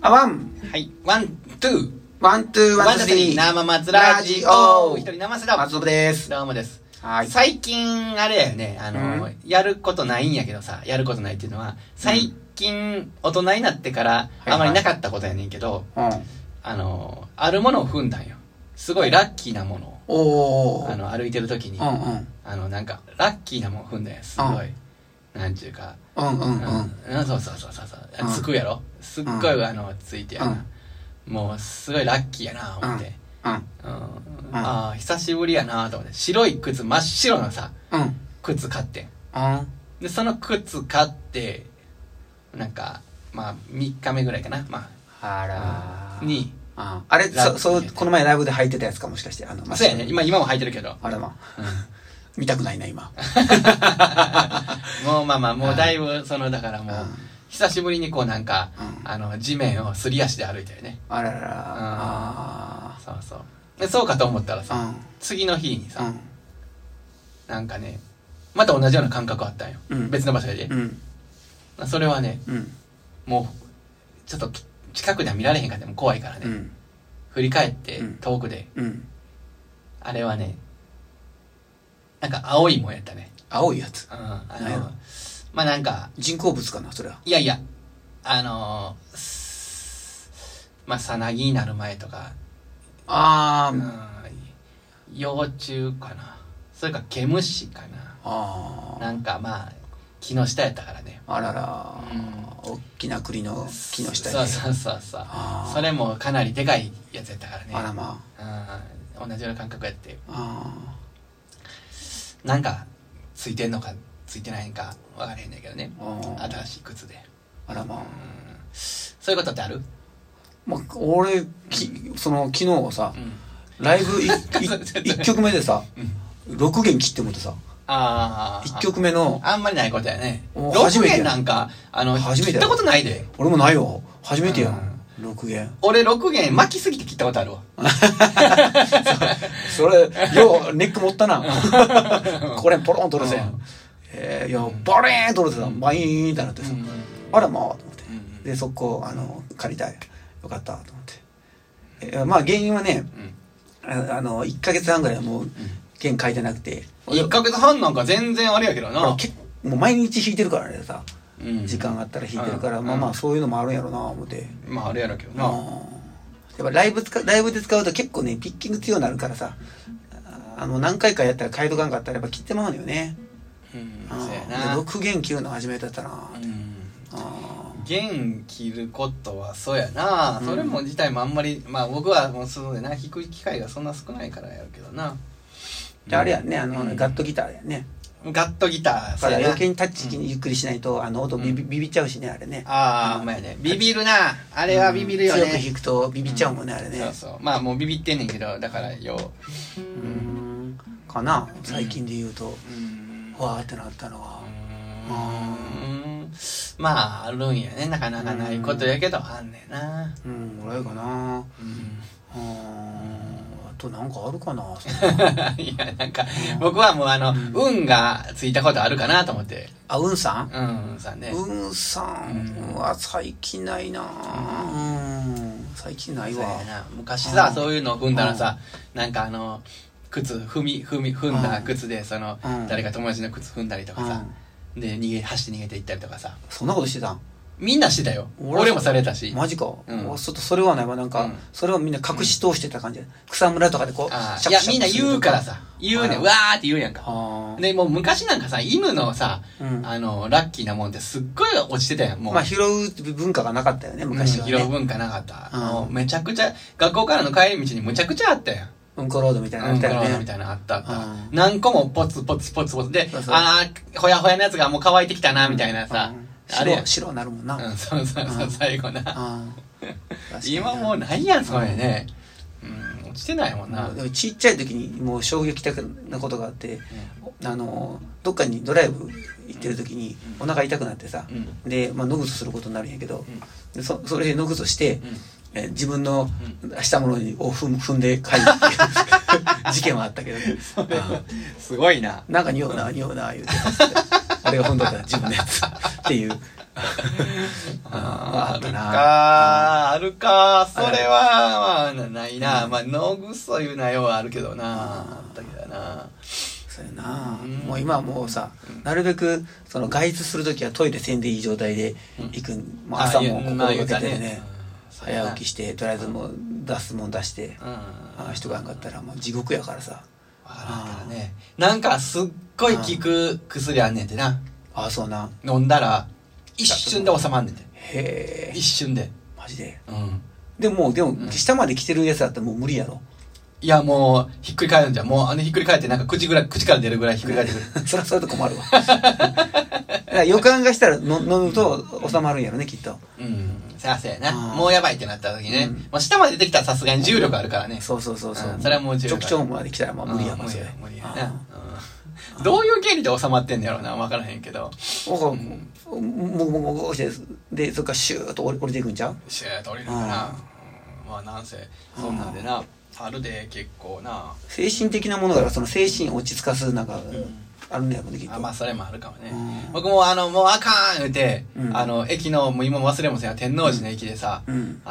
ワン。 はい。ワン、ツー。 ワン、ツー、ワン、ツー、スリー。 生松ラジオ。一人生瀬だ。 松尾です。 どうもです。 はい。 最近、あれやよね、やることないんやけどさ、やることないっていうのは、最近、大人になってから、あまりなかったことやねんけど、あるものを踏んだんよ。すごいラッキーなものを。歩いてる時に、なんか、ラッキーなものを踏んだんや。すごい。なんちゅうか。そうそう。つくやろすっごいついてやな。もうすごいラッキーやな思って。ああ、久しぶりやなと思って。白い靴、真っ白のさ、靴買ってん。で、その靴買って、なんか、まあ、3日目ぐらいかな。まあ、に、 あれ、この前ライブで履いてたやつかもしかして。 そうやね。今も履いてるけど。 あれま。見たくないな、今。 もうもうだいぶ、だからもう、久しぶりにこうなんか、地面をすり足で歩いたよね。 あらら。 そうそう。で、そうかと思ったらさ、次の日にさ、なんかね、また同じような感覚あったんよ。別の場所で。それはね、もう、ちょっと近くでは見られへんかっても怖いからね。振り返って遠くで。あれはね、なんか青いもんやったね。 青いやつ。 まあなんか。 人工物かな、それは。 いやいや、まあさなぎになる前とか。幼虫かな。それか毛虫かな。なんかまあ、木の下やったからね。 あらら。大きな栗の木の下で。 そう。それもかなりでかいやつやったからね。 あらまあ。同じような感覚やって。なんかついてんのかついてないんか分からへんねんけどね。新しい靴で。 あらまあ。 そういうことってある？ まあ、俺昨日さ、ライブ1曲目でさ、6弦切ってもってさ、1曲目のあんまりないことやね。6弦なんか切ったことないで。 俺もないよ。初めてやん。6弦。 俺6弦巻きすぎて切ったことあるわ。 それようネック持ったな。これポロンとるぜ。いやバレーンとるぜさ、バイーンってなってさ、あらまあと思って、でそこ借りたい、よかったと思って、まあ原因はね、1ヶ月半ぐらいもう弦書いてなくて、 1ヶ月半なんか全然あれやけどな。 もう毎日弾いてるからねさ。時間あったら弾いてるから、まあそういうのもあるんやろな思って。 まああるやろうけどな。やっぱライブで使うと結構ねピッキング強くなるからさ、何回かやったら買いとかんかったらやっぱ切ってまうのよね。 そうやな。 6弦切るの初めてだったな。 弦切ることはそうやな。それも自体もあんまり、まあ僕はもうそうでな、弾く機会がそんな少ないからやるけどな。 じゃああれやね、ガットギターやね。 ガットギター、 そうやな。余計にタッチゆっくりしないと音ビビっちゃうしね、あれね。 ほんまやね。ビビるな。あれはビビるよね。 強く弾くとビビっちゃうもんね、あれね。 そう。まあもうビビってんねんけど、だからかな、最近で言うと。わーってなったのは。 まああるんやね。なかなかないことやけどあんねんな。 ぐらいかな。あとなんかあるかな。 いやなんか僕はもう運がついたことあるかなと思って。 運さん？ 運さんね。 運さんは最近ないな。最近ないわ。 昔さ、そういうのを踏んだらさ、なんか靴踏んだ靴で誰か友達の靴踏んだりとかさ、で走って逃げていったりとかさ。そんなことしてたん？ みんなしてたよ。俺もされたし。 マジか。それはないわ。なんかそれをみんな隠し通してた感じ。草むらとかでこう。 いやみんな言うからさ、言うねん、わーって言うやんか。でもう昔なんかさ、犬のさ、ラッキーなもんってすっごい落ちてたやん。もうまあ拾う文化がなかったよね、昔はね。 拾う文化なかった。もうめちゃくちゃ学校からの帰り道にむちゃくちゃあったやん。 うんこロードみたいなのあったよね。 うんこロードみたいなのあった。何個もポツポツで、ほやほやのやつがもう乾いてきたなみたいなさ。 白になるもんな。 そう最後な。今もうないやん、それね。落ちてないもんな。 でもちっちゃい時にもう衝撃的なことがあって、どっかにドライブ行ってる時にお腹痛くなってさ、で野ぐすすることになるんやけど、それで野ぐすして、自分のしたものを踏んで帰るっていう事件はあったけどね。 すごいな。 なんか匂うな言うてますけど、あれが踏んどった自分のやつっていう。 ああるか。それは、まあ、ないな。まあ、脳ぐそいうなよはあるけどな。あったけどな。 そうやな。もう今はもうさ、なるべく、外出するときはトイレせんでいい状態で行く。もう朝も心がけてね、早起きして、とりあえずもう出すもん出して、人がんかったらもう地獄やからさ。 なんかすっごい効く薬あんねんてな。 あ、そうな。 飲んだら、一瞬で収まんねんて。 へえ。 一瞬で。 マジで。でも、下まで来てるやつだったらもう無理やろ。 いや、もう、ひっくり返るんじゃん。もう、ひっくり返って、なんか口から出るぐらいひっくり返ってくる。 それと困るわ。予感がしたら飲むと収まるんやろね、きっと。 さあ、そうやな。もうやばいってなった時ね。もう下まで出てきたらさすがに重力あるからね。 そう。それはもう重力。 直腸まで来たらもう無理やもん、それ。 無理やな。どういう原理で収まってんのやろうな、分からへんけど。 もうして、で、そっからシューッと降りていくんちゃう？ シューッと降りるかな。まあ、なんせ、そんなんでな。あるで、結構な。 精神的なものだから、その精神を落ち着かす、なんか、あるんだよね、きっと。 まあ、それもあるかもね。僕も、もうあかん言うて、駅の、もう今忘れもせん天王寺の駅でさ、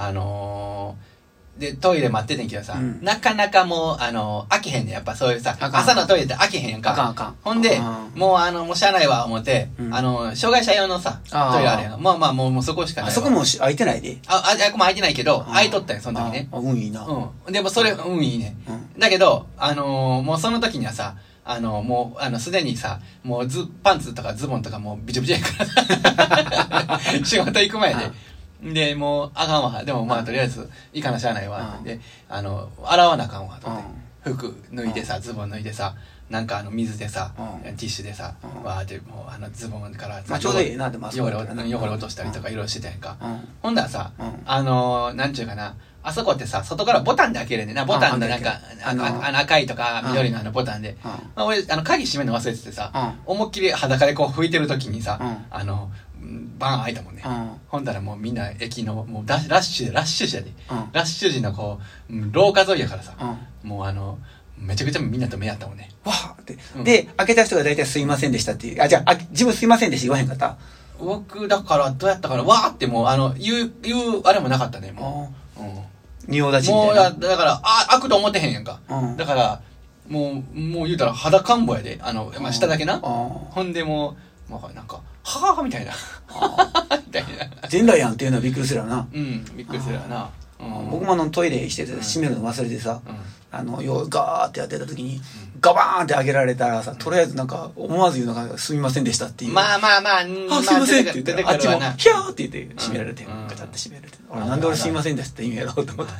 で、トイレ待っててんけどさ、なかなかもう、開けへんねん。やっぱそういうさ、朝のトイレって開けへんやんか。 あかん。 ほんで、もうしゃあないわ、思って、障害者用のさ、トイレあるやん。まあ、もうそこしかない。 そこも開いてないで。 あこも開いてないけど、開いとったんや、その時ね。 いいな。 でもそれ、いいね。だけど、もうその時にはさ、もう、すでにさ、もうパンツとかズボンとかもうビチョビチョやからさ、仕事行く前で。で、もう、あかんわ。でもまあ、とりあえず、いいかなしゃあないわ。で、洗わなあかんわ。と思って。服脱いでさ、ズボン脱いでさ、なんか水でさ、ティッシュでさ、わーって、もうズボンからまあ、ちょうどいいな、でも汚れ落としたりとかいろいろしてたやんか。ほんだらさ、なんちゅうかな、あそこってさ、外からボタンで開けれんねんな。ボタンでなんか、赤いとか緑のボタンで。俺、鍵閉めるの忘れててさ、思いっきり裸でこう拭いてる時にさ、バーン開いたもんね。ほんだらもうみんな駅の、もうラッシュ時やで。ラッシュ時のこう、廊下沿いやからさ、もうめちゃくちゃみんなと目合ったもんね。 わーって。で、開けた人が大体すいませんでしたっていう。じゃあ、自分すいませんでした言わへんかった？ 僕、だから、どうやったから、わーってもう、言う、あれもなかったね、もう。 仁王立ちみたいな。 もう、だから、開くと思ってへんやんか。だから、もう言うたら裸んぼやで。まあ、下だけな。ほんでもう、なんか、はぁみたいな。みたいな。 全裸やんっていうのはびっくりするよな。 びっくりするよな。 僕もトイレしてて閉めるの忘れてさ、ガーってやってた時に、ガバーンって開けられたらさ、とりあえずなんか、思わず言うのが、すみませんでしたっていう。 まあ、 すいませんって言って、あっちも、ヒャーって言って閉められて、ガチャって閉められて。なんで俺すいませんでしたって言うんやろうと思って。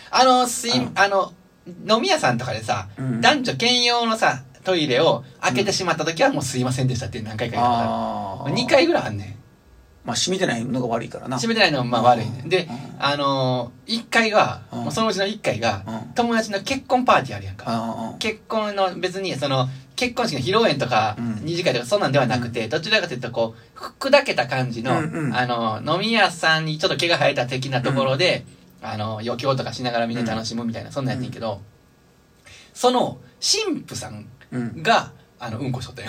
飲み屋さんとかでさ、男女兼用のさ、トイレを開けてしまった時はもうすいませんでしたって何回か言ったから。2回ぐらいあんねん。 まあ、閉めてないのが悪いからな。 閉めてないのがまあ悪いね。で、1回が、そのうちの1回が、友達の結婚パーティーあるやんか。結婚の別に、結婚式の披露宴とか、二次会とかそんなんではなくて、どちらかというと、こう、砕けた感じの、飲み屋さんにちょっと毛が生えた的なところで、余興とかしながらみんな楽しむみたいな、そんなんやってんけど、その、神父さんが、うんこしとったよ。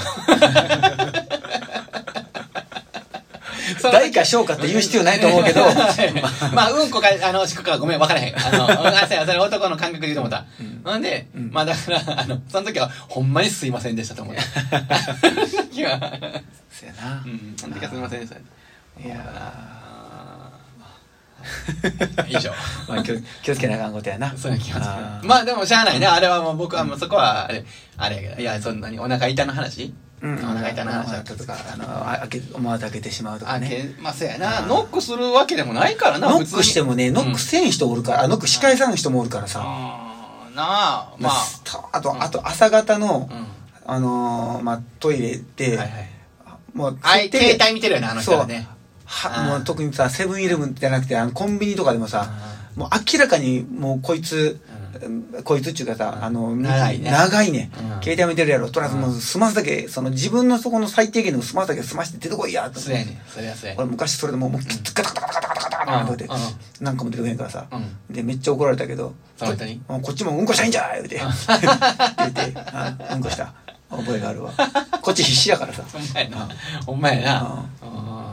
大か小かって言う必要ないと思うけど。 まあ、うんこか、しくかごめん、わからへん。それ男の感覚で言うと思った。なんで、まあだから、その時は、ほんまにすいませんでしたと思った。その時は。 そうやな。 その時はすいませんでした。 いや以上。 まあ、気をつけなあかんことやな。 そういう気をつけな。まあでもしゃあないね。あれはもう僕はもうそこは、あれやけど。いや、そんなにお腹痛の話お腹痛の話だったとか、思わず開けてしまうとかね。 まあそうやな。ノックするわけでもないからな、 ノックしてもね、ノックせん人おるから、ノック司会さんの人もおるからさ。 なあ、まあ。 あと朝方の、まあトイレで、 もう、携帯見てるよね、あの人はね。 もう特にさ、セブンイレブンじゃなくて、コンビニとかでもさ、もう明らかにもうこいつっていうかさ、長いね。携帯見てるやろ。とりあえずもう済ますだけ、自分のそこの最低限の済ますだけ済まして出てこいや、と。 そうやね。それはそうや。 俺昔それでもう、ガタガタガタガタガタガタって、なんかも出てこへんからさ。で、めっちゃ怒られたけど、 こっちもうんこしたいんじゃ言うて。言うて、うんこした。覚えがあるわ。こっち必死やからさ。 ほんまやな。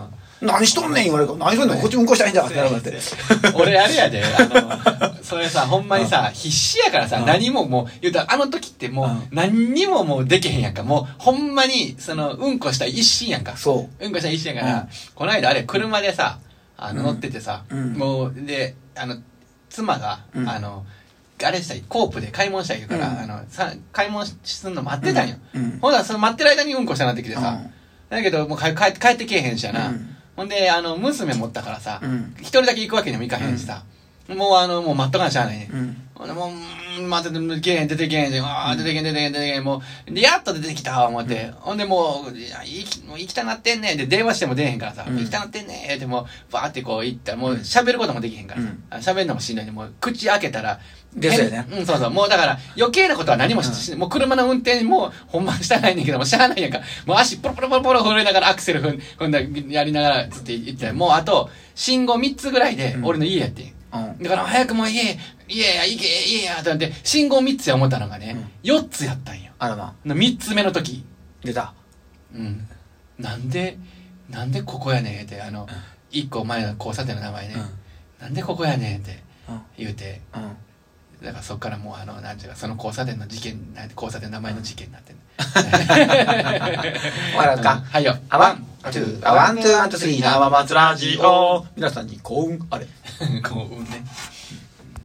何しとんねん言われるから、何しとんねんこっち向こうしたらいいんだって言われて。 俺あれやで、それさ、ほんまにさ、必死やからさ、何ももう、言うたらあの時ってもう、何にももうできへんやんか。もう、ほんまに、うんこした一心やんか。 そう。 うんこした一心やから、この間あれ、車でさ、乗っててさ、もう、で、妻が、あれしたい、コープで買い物したいから、買い物すんの待ってたんよ。ほんなら、その待ってる間にうんこしたなってきてさ、だけど、もう帰ってけえへんしやな。ほんで、娘持ったからさ、一人だけ行くわけにもいかへんしさ、もう待っとかなしゃあないね。ほんで、もう、待って出てけえへん、出てけえへん、もう、で、やっと出てきた、思って。ほんで、もう、行きたなってんねん。で、電話しても出えへんからさ、行きたなってんねん。って、もう、バーってこう行ったら、もう喋ることもできへんからさ、喋るのもしんどいで、もう、口開けたら、 ですよね。 そうそう。もうだから、余計なことは何ももう車の運転も、ほんましたないねんけども、しゃあないやんか。もう足ポロポロポロポロ震えながらアクセル踏んだ、やりながら、つって言って、もうあと、信号3つぐらいで、俺の家やってん。だから、早くもう家や、ってなって、信号3つや思ったのがね、4つやったんよ。 あらま。 3つ目の時。 出た。 なんでここやねんって、1個前の交差点の名前ね。なんでここやねんって言うて、だからそっからもうなんていうか、その交差点の事件、交差点の名前の事件になってんね。 笑うか。 はいよ。 ワン、ツー、ワン、ツー、スリー、生松ラジオ。皆さんに幸運あれ。 幸運ね。